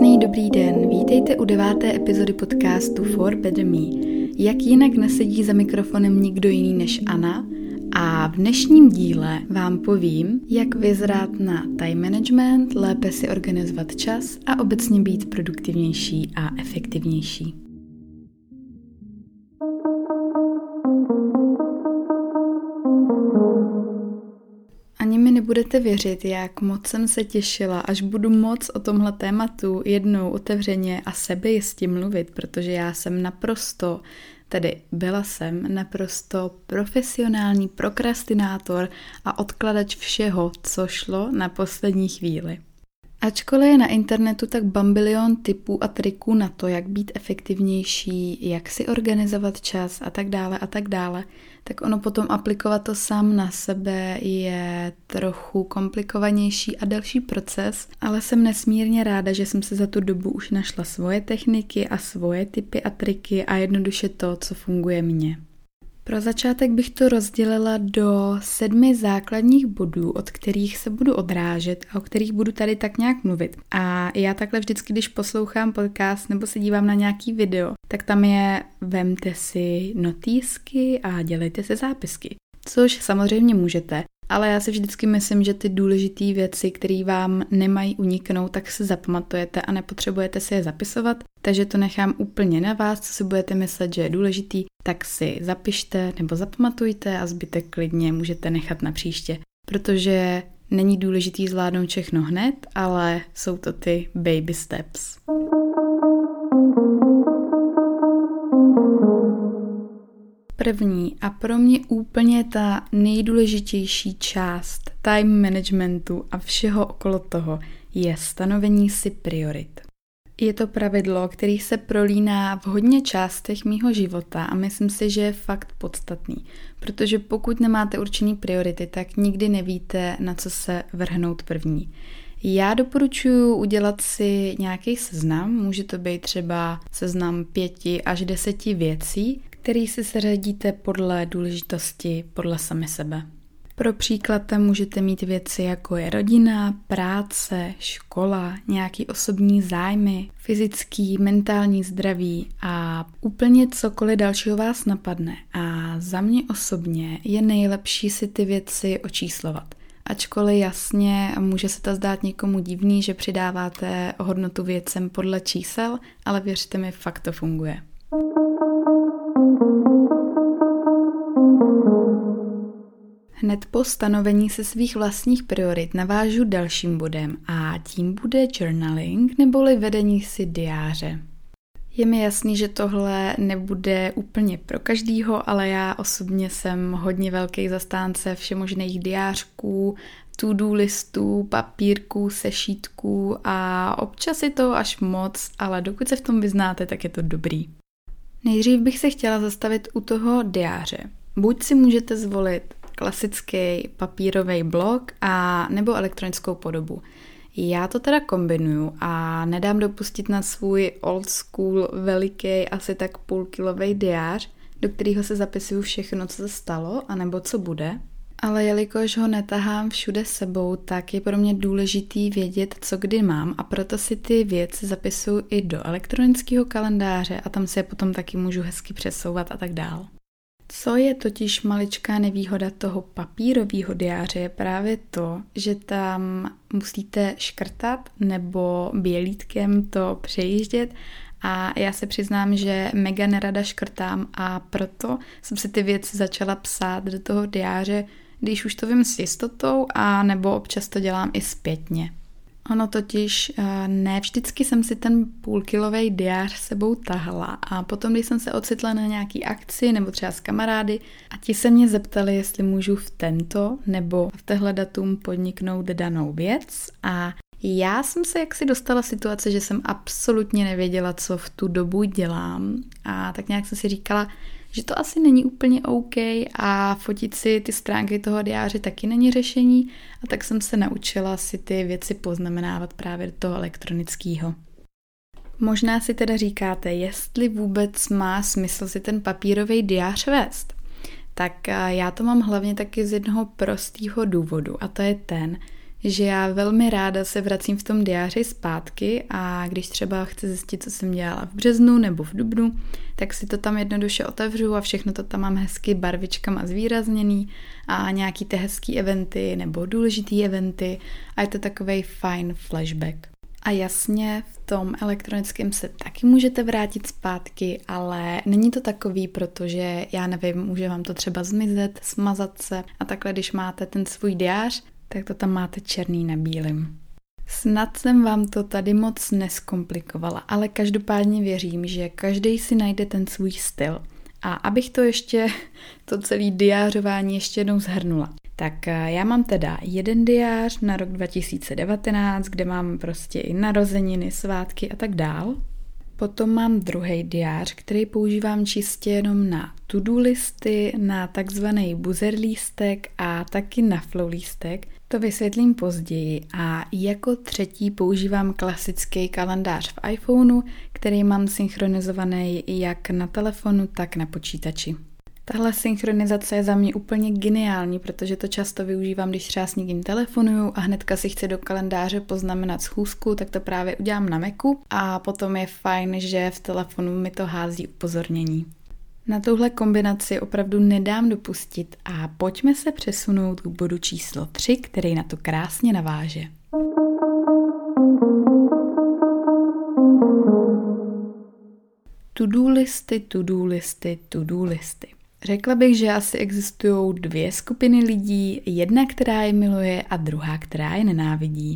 Krásný dobrý den, vítejte u 9. epizody podcastu For Better Me. Jak jinak nesedí za mikrofonem nikdo jiný než Anna a v dnešním díle vám povím, jak vyzrát na time management, lépe si organizovat čas a obecně být produktivnější a efektivnější. Ani mi nebudete věřit, jak moc jsem se těšila, až budu moc o tomhle tématu jednou otevřeně a sebejistě mluvit, protože já jsem byla jsem naprosto profesionální prokrastinátor a odkladač všeho, co šlo na poslední chvíli. Ačkoliv je na internetu tak bambilion tipů a triků na to, jak být efektivnější, jak si organizovat čas a tak dále, tak ono potom aplikovat to sám na sebe je trochu komplikovanější a delší proces, ale jsem nesmírně ráda, že jsem se za tu dobu už našla svoje techniky a svoje tipy a triky a jednoduše to, co funguje mně. Pro začátek bych to rozdělila do 7 základních bodů, od kterých se budu odrážet a o kterých budu tady tak nějak mluvit. A já takhle vždycky, když poslouchám podcast nebo se dívám na nějaký video, tak tam vemte si notýsky a dělejte si zápisky. Což samozřejmě můžete, ale já si vždycky myslím, že ty důležité věci, které vám nemají uniknout, tak si zapamatujete a nepotřebujete si je zapisovat. Takže to nechám úplně na vás, co si budete myslet, že je důležitý, tak si zapište nebo zapamatujte a zbytek klidně můžete nechat na příště. Protože není důležitý zvládnout všechno hned, ale jsou to ty baby steps. První a pro mě úplně ta nejdůležitější část time managementu a všeho okolo toho je stanovení si priorit. Je to pravidlo, který se prolíná v hodně částech mýho života a myslím si, že je fakt podstatný, protože pokud nemáte určený priority, tak nikdy nevíte, na co se vrhnout první. Já doporučuji udělat si nějaký seznam, může to být třeba seznam 5 až 10 věcí, který si seřadíte podle důležitosti, podle sami sebe. Pro příklad tam můžete mít věci jako je rodina, práce, škola, nějaký osobní zájmy, fyzický, mentální zdraví a úplně cokoliv dalšího vás napadne. A za mě osobně je nejlepší si ty věci očíslovat. Ačkoliv jasně může se to zdát někomu divný, že přidáváte hodnotu věcem podle čísel, ale věřte mi, fakt to funguje. Hned po stanovení se svých vlastních priorit navážu dalším bodem a tím bude journaling neboli vedení si diáře. Je mi jasný, že tohle nebude úplně pro každýho, ale já osobně jsem hodně velký zastánce všemožných diářků, to-do listů, papírků, sešítků a občas je to až moc, ale dokud se v tom vyznáte, tak je to dobrý. Nejdřív bych se chtěla zastavit u toho diáře. Buď si můžete zvolit klasický papírový blok a nebo elektronickou podobu. Já to teda kombinuju a nedám dopustit na svůj old school veliký asi tak půlkilový diář, do kterého se zapisuju všechno, co se stalo a nebo co bude. Ale jelikož ho netahám všude sebou, tak je pro mě důležitý vědět, co kdy mám a proto si ty věci zapisuju i do elektronického kalendáře a tam si je potom taky můžu hezky přesouvat a tak dál. Co je totiž maličká nevýhoda toho papírového diáře je právě to, že tam musíte škrtat nebo bělítkem to přejíždět a já se přiznám, že mega nerada škrtám a proto jsem si ty věci začala psát do toho diáře, když už to vím s jistotou a nebo občas to dělám i zpětně. Ono totiž ne vždycky jsem si ten půlkilový diář sebou tahla a potom, když jsem se ocitla na nějaký akci nebo třeba s kamarády a ti se mě zeptali, jestli můžu v tento nebo v téhle datum podniknout danou věc a já jsem se jaksi dostala situace, že jsem absolutně nevěděla, co v tu dobu dělám a tak nějak jsem si říkala, že to asi není úplně OK a fotit si ty stránky toho diáře taky není řešení a tak jsem se naučila si ty věci poznamenávat právě do toho elektronického. Možná si teda říkáte, jestli vůbec má smysl si ten papírový diář vést. Tak já to mám hlavně taky z jednoho prostého důvodu a to je ten, že já velmi ráda se vracím v tom diáři zpátky a když třeba chci zjistit, co jsem dělala v březnu nebo v dubnu, tak si to tam jednoduše otevřu a všechno to tam mám hezky barvičkama zvýrazněný a nějaký ty hezký eventy nebo důležitý eventy a je to takovej fajn flashback. A jasně, v tom elektronickém se taky můžete vrátit zpátky, ale není to takový, protože já nevím, může vám to třeba zmizet, smazat se a takhle, když máte ten svůj diář, tak to tam máte černý na bílým. Snad jsem vám to tady moc neskomplikovala, ale každopádně věřím, že každý si najde ten svůj styl. A abych to celé diářování ještě jednou shrnula. Tak já mám teda jeden diář na rok 2019, kde mám prostě i narozeniny, svátky a tak dál. Potom mám druhý diář, který používám čistě jenom na to-do listy, na takzvaný buzzer lístek a taky na flow lístek. To vysvětlím později. A jako třetí používám klasický kalendář v iPhoneu, který mám synchronizovaný jak na telefonu, tak na počítači. Tahle synchronizace je za mě úplně geniální, protože to často využívám, když třeba s někým telefonuju a hnedka si chci do kalendáře poznamenat schůzku, tak to právě udělám na Macu a potom je fajn, že v telefonu mi to hází upozornění. Na tuhle kombinaci opravdu nedám dopustit a pojďme se přesunout k bodu číslo 3, který na to krásně naváže. To-do listy, to-do listy, to-do listy. Řekla bych, že asi existují dvě skupiny lidí, jedna, která je miluje a druhá, která je nenávidí.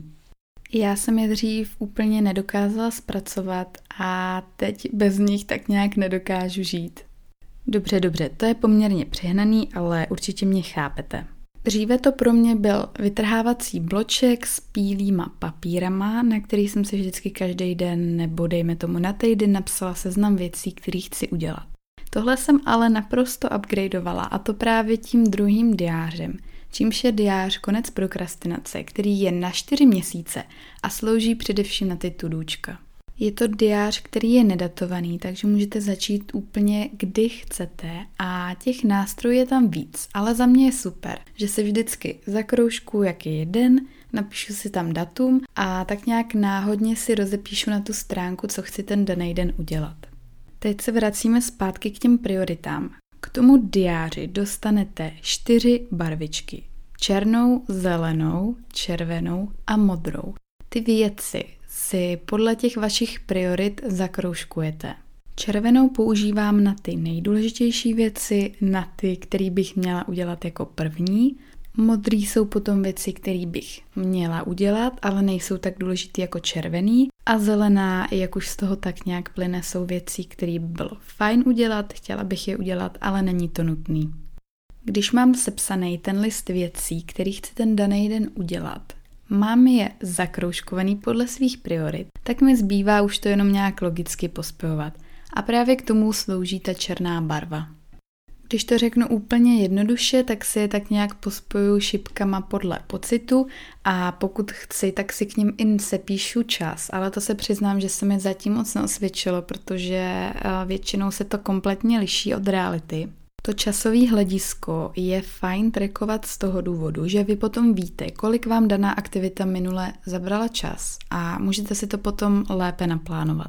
Já jsem je dřív úplně nedokázala zpracovat a teď bez nich tak nějak nedokážu žít. Dobře, to je poměrně přehnaný, ale určitě mě chápete. Dříve to pro mě byl vytrhávací bloček s bílýma papírama, na který jsem si vždycky každý den nebo dejme tomu na týden napsala seznam věcí, které chci udělat. Tohle jsem ale naprosto upgradeovala a to právě tím druhým diářem, čímž je diář konec prokrastinace, který je na 4 měsíce a slouží především na ty tudůčka. Je to diář, který je nedatovaný, takže můžete začít úplně kdy chcete a těch nástrojů je tam víc, ale za mě je super, že se vždycky zakroužkuju, jaký je den, napíšu si tam datum a tak nějak náhodně si rozepíšu na tu stránku, co chci ten daný den udělat. Teď se vracíme zpátky k těm prioritám. K tomu diáři dostanete 4 barvičky. Černou, zelenou, červenou a modrou. Ty věci si podle těch vašich priorit zakroužkujete. Červenou používám na ty nejdůležitější věci, na ty, které bych měla udělat jako první. Modrý jsou potom věci, které bych měla udělat, ale nejsou tak důležitý jako červený. A zelená, jak už z toho tak nějak plyne, jsou věci, které by bylo fajn udělat, chtěla bych je udělat, ale není to nutný. Když mám sepsaný ten list věcí, který chci ten daný den udělat, mám je zakroužkovaný podle svých priorit, tak mi zbývá už to jenom nějak logicky pospojovat. A právě k tomu slouží ta černá barva. Když to řeknu úplně jednoduše, tak si je tak nějak pospojuju šipkama podle pocitu a pokud chci, tak si k nim i sepíšu čas, ale to se přiznám, že se mi zatím moc neosvědčilo, protože většinou se to kompletně liší od reality. To časové hledisko je fajn trackovat z toho důvodu, že vy potom víte, kolik vám daná aktivita minule zabrala čas a můžete si to potom lépe naplánovat.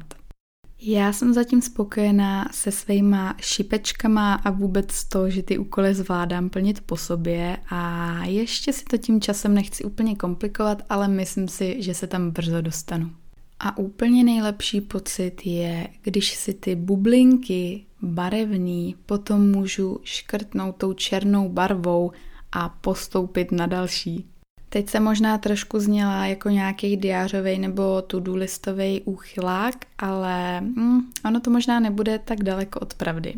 Já jsem zatím spokojená se svýma šipečkama a vůbec to, že ty úkoly zvládám plnit po sobě a ještě si to tím časem nechci úplně komplikovat, ale myslím si, že se tam brzo dostanu. A úplně nejlepší pocit je, když si ty bublinky barevný potom můžu škrtnout tou černou barvou a postoupit na další. Teď se možná trošku zněla jako nějaký diářovej nebo to-do listovej úchylák, ale ono to možná nebude tak daleko od pravdy.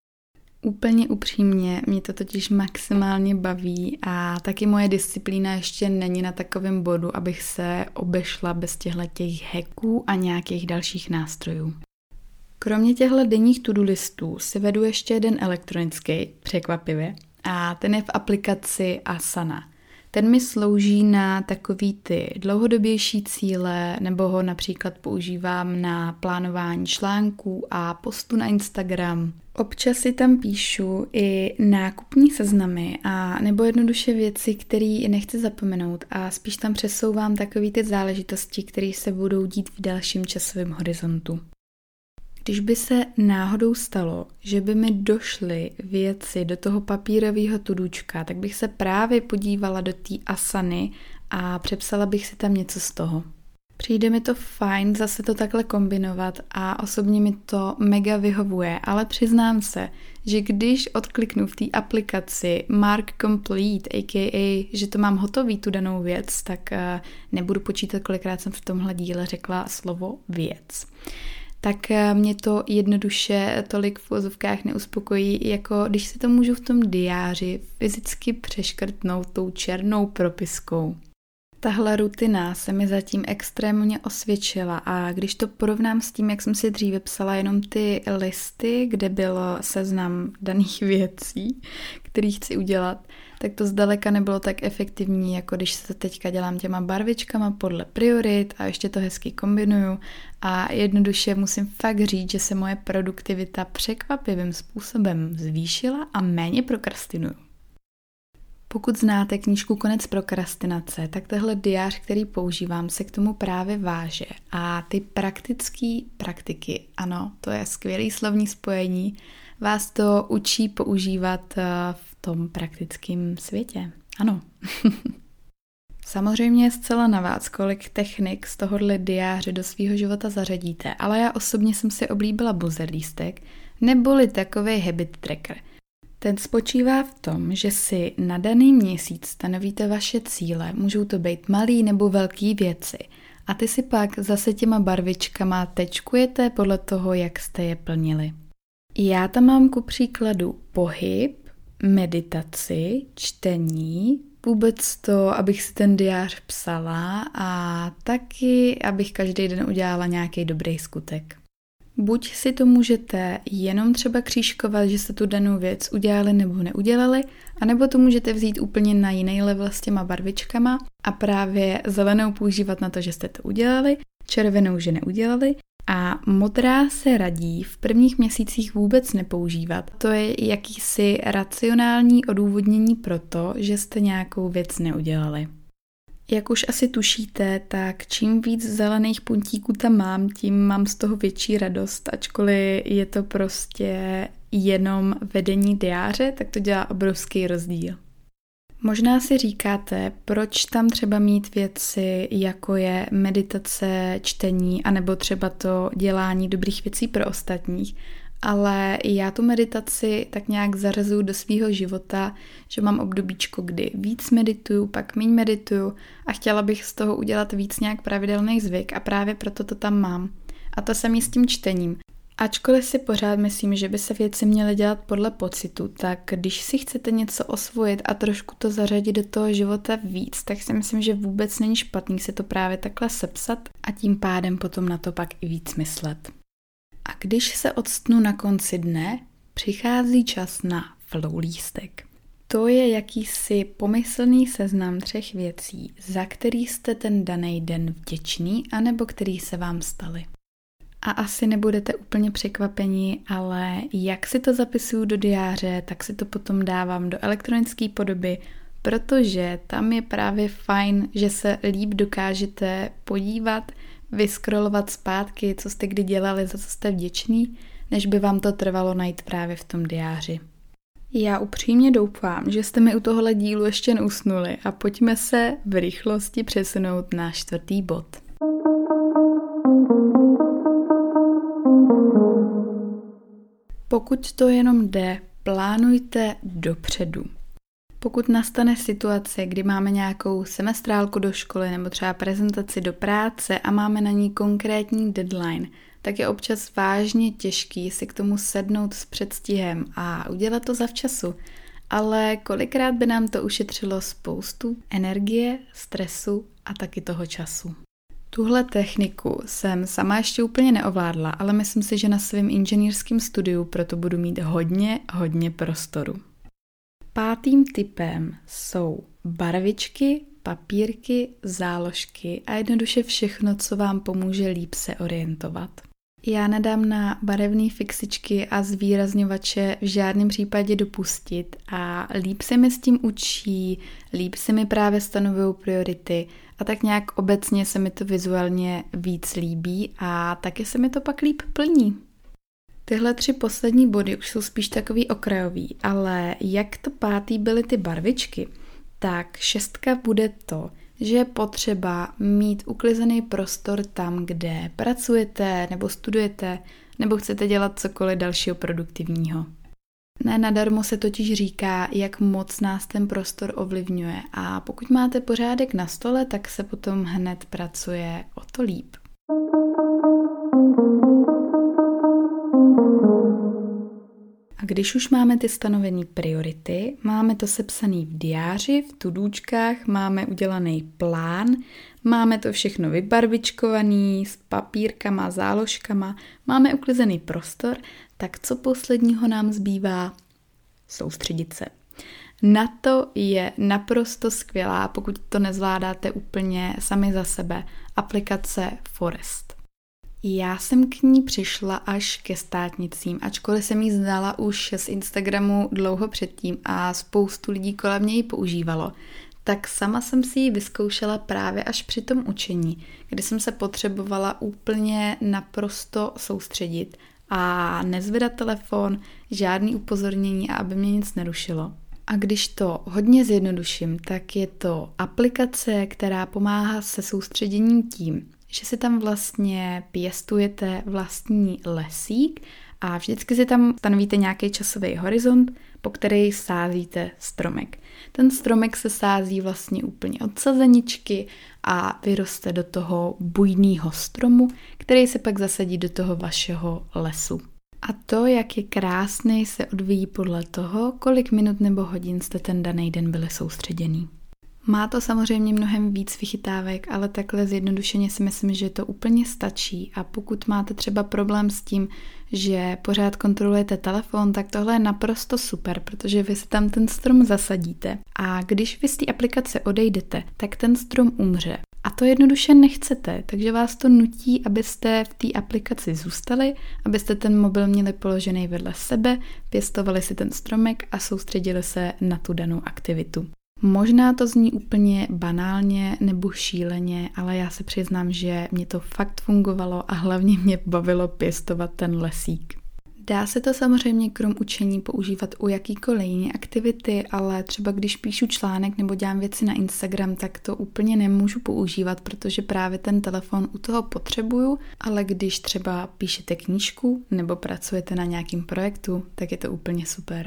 Úplně upřímně, mě to totiž maximálně baví a taky moje disciplína ještě není na takovém bodu, abych se obešla bez těch hacků a nějakých dalších nástrojů. Kromě těchto denních to-do listů si vedu ještě jeden elektronický, překvapivě, a ten je v aplikaci Asana. Ten mi slouží na takový ty dlouhodobější cíle, nebo ho například používám na plánování článků a postů na Instagram. Občas si tam píšu i nákupní seznamy a nebo jednoduše věci, které nechci zapomenout a spíš tam přesouvám takové ty záležitosti, které se budou dít v dalším časovém horizontu. Když by se náhodou stalo, že by mi došly věci do toho papírového tudůčka, tak bych se právě podívala do té asany a přepsala bych si tam něco z toho. Přijde mi to fajn zase to takhle kombinovat a osobně mi to mega vyhovuje, ale přiznám se, že když odkliknu v té aplikaci Mark Complete, a.k.a. že to mám hotový tu danou věc, tak nebudu počítat, kolikrát jsem v tomhle díle řekla slovo věc. Tak mě to jednoduše tolik v uvozovkách neuspokojí, jako když si to můžu v tom diáři fyzicky přeškrtnout tou černou propiskou. Tahle rutina se mi zatím extrémně osvědčila a když to porovnám s tím, jak jsem si dříve psala jenom ty listy, kde byl seznam daných věcí, které chci udělat, tak to zdaleka nebylo tak efektivní, jako když se to teďka dělám těma barvičkama podle priorit a ještě to hezky kombinuju a jednoduše musím fakt říct, že se moje produktivita překvapivým způsobem zvýšila a méně prokrastinuju. Pokud znáte knížku Konec prokrastinace, tak tehle diář, který používám, se k tomu právě váže. A ty praktiky, ano, to je skvělý slovní spojení, vás to učí používat v tom praktickém světě. Ano. Samozřejmě je zcela na vás, kolik technik z tohohle diáře do svého života zařadíte, ale já osobně jsem si oblíbila buzzer lístek, neboli takovej habit tracker. Ten spočívá v tom, že si na daný měsíc stanovíte vaše cíle, můžou to být malý nebo velký věci a ty si pak zase těma barvičkama tečkujete podle toho, jak jste je plnili. Já tam mám ku příkladu pohyb, meditaci, čtení, vůbec to, abych si ten diář psala a taky, abych každý den udělala nějaký dobrý skutek. Buď si to můžete jenom třeba křížkovat, že jste tu danou věc udělali nebo neudělali, anebo to můžete vzít úplně na jiný level s těma barvičkama a právě zelenou používat na to, že jste to udělali, červenou, že neudělali a modrá se radí v prvních měsících vůbec nepoužívat. To je jakýsi racionální odůvodnění pro to, že jste nějakou věc neudělali. Jak už asi tušíte, tak čím víc zelených puntíků tam mám, tím mám z toho větší radost, ačkoliv je to prostě jenom vedení diáře, tak to dělá obrovský rozdíl. Možná si říkáte, proč tam třeba mít věci, jako je meditace, čtení, anebo třeba to dělání dobrých věcí pro ostatních, ale já tu meditaci tak nějak zařazuju do svýho života, že mám obdobíčko, kdy víc medituju, pak míň medituju a chtěla bych z toho udělat víc nějak pravidelný zvyk a právě proto to tam mám. A to samý s tím čtením. Ačkoliv si pořád myslím, že by se věci měly dělat podle pocitu, tak když si chcete něco osvojit a trošku to zařadit do toho života víc, tak si myslím, že vůbec není špatný si to právě takhle sepsat a tím pádem potom na to pak i víc myslet. A když se octnu na konci dne, přichází čas na flow lístek. To je jakýsi pomyslný seznam 3 věcí, za který jste ten daný den vděční, anebo který se vám staly. A asi nebudete úplně překvapeni, ale jak si to zapisuju do diáře, tak si to potom dávám do elektronické podoby, protože tam je právě fajn, že se líp dokážete podívat, vyskrolovat zpátky, co jste kdy dělali, za co jste vděční, než by vám to trvalo najít právě v tom diáři. Já upřímně doufám, že jste mi u tohohle dílu ještě neusnuli a pojďme se v rychlosti přesunout na 4. bod. Pokud to jenom jde, plánujte dopředu. Pokud nastane situace, kdy máme nějakou semestrálku do školy nebo třeba prezentaci do práce a máme na ní konkrétní deadline, tak je občas vážně těžký si k tomu sednout s předstihem a udělat to zavčasu. Ale kolikrát by nám to ušetřilo spoustu energie, stresu a taky toho času. Tuhle techniku jsem sama ještě úplně neovládla, ale myslím si, že na svém inženýrském studiu proto budu mít hodně prostoru. 5. tipem jsou barvičky, papírky, záložky a jednoduše všechno, co vám pomůže líp se orientovat. Já nedám na barevné fixičky a zvýrazňovače v žádném případě dopustit a líp se mi s tím učí, líp se mi právě stanovují priority a tak nějak obecně se mi to vizuálně víc líbí a taky se mi to pak líp plní. Tyhle 3 poslední body už jsou spíš takový okrajový, ale jak to 5. byly ty barvičky, tak 6 bude to, že je potřeba mít uklizený prostor tam, kde pracujete nebo studujete nebo chcete dělat cokoliv dalšího produktivního. Ne nadarmo se totiž říká, jak moc nás ten prostor ovlivňuje a pokud máte pořádek na stole, tak se potom hned pracuje o to líp. A když už máme ty stanovené priority, máme to sepsané v diáři, v tudůčkách, máme udělaný plán, máme to všechno vybarvičkovaný s papírkama, záložkama, máme uklizený prostor, tak co posledního nám zbývá? Soustředit se. Na to je naprosto skvělá, pokud to nezvládáte úplně sami za sebe, aplikace Forest. Já jsem k ní přišla až ke státnicím, ačkoliv jsem ji znala už z Instagramu dlouho předtím a spoustu lidí kolem mě ji používalo, tak sama jsem si ji vyzkoušela právě až při tom učení, kdy jsem se potřebovala úplně naprosto soustředit a nezvedat telefon, žádný upozornění a aby mě nic nerušilo. A když to hodně zjednoduším, tak je to aplikace, která pomáhá se soustředěním tím, že si tam vlastně pěstujete vlastní lesík a vždycky si tam stanovíte nějaký časový horizont, po který sázíte stromek. Ten stromek se sází vlastně úplně od sazeničky a vyroste do toho bujného stromu, který se pak zasadí do toho vašeho lesu. A to, jak je krásný, se odvíjí podle toho, kolik minut nebo hodin jste ten daný den byli soustředěný. Má to samozřejmě mnohem víc vychytávek, ale takhle zjednodušeně si myslím, že to úplně stačí a pokud máte třeba problém s tím, že pořád kontrolujete telefon, tak tohle je naprosto super, protože vy si tam ten strom zasadíte a když vy z té aplikace odejdete, tak ten strom umře. A to jednoduše nechcete, takže vás to nutí, abyste v té aplikaci zůstali, abyste ten mobil měli položený vedle sebe, pěstovali si ten stromek a soustředili se na tu danou aktivitu. Možná to zní úplně banálně nebo šíleně, ale já se přiznám, že mě to fakt fungovalo a hlavně mě bavilo pěstovat ten lesík. Dá se to samozřejmě krom učení používat u jakýkoliv jiné aktivity, ale třeba když píšu článek nebo dělám věci na Instagram, tak to úplně nemůžu používat, protože právě ten telefon u toho potřebuju, ale když třeba píšete knížku nebo pracujete na nějakém projektu, tak je to úplně super.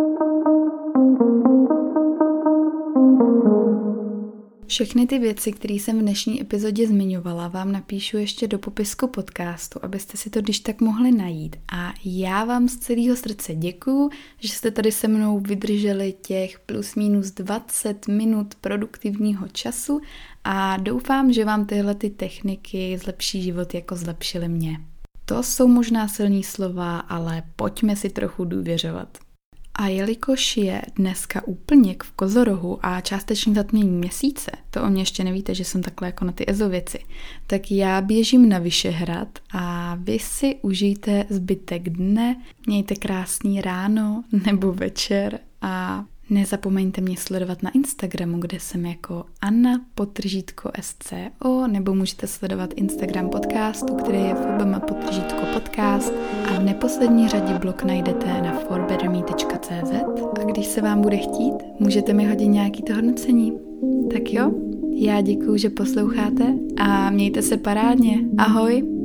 Všechny ty věci, které jsem v dnešní epizodě zmiňovala, vám napíšu ještě do popisku podcastu, abyste si to když tak mohli najít. A já vám z celého srdce děkuju, že jste tady se mnou vydrželi těch plus minus 20 minut produktivního času a doufám, že vám tyhle ty techniky zlepší život, jako zlepšily mě. To jsou možná silný slova, ale pojďme si trochu důvěřovat. A jelikož je dneska úplněk v kozorohu a částečně zatmění měsíce, to o mě ještě nevíte, že jsem takhle jako na ty EZO věci, tak já běžím na Vyšehrad a vy si užijte zbytek dne, mějte krásný ráno nebo večer a nezapomeňte mě sledovat na Instagramu, kde jsem jako Anna_SCO, nebo můžete sledovat Instagram podcastu, který je fbm_podcast a v neposlední řadě blog najdete na forbetterme.cz a když se vám bude chtít, můžete mi hodit nějaký to hodnocení. Tak jo, já děkuju, že posloucháte a mějte se parádně. Ahoj!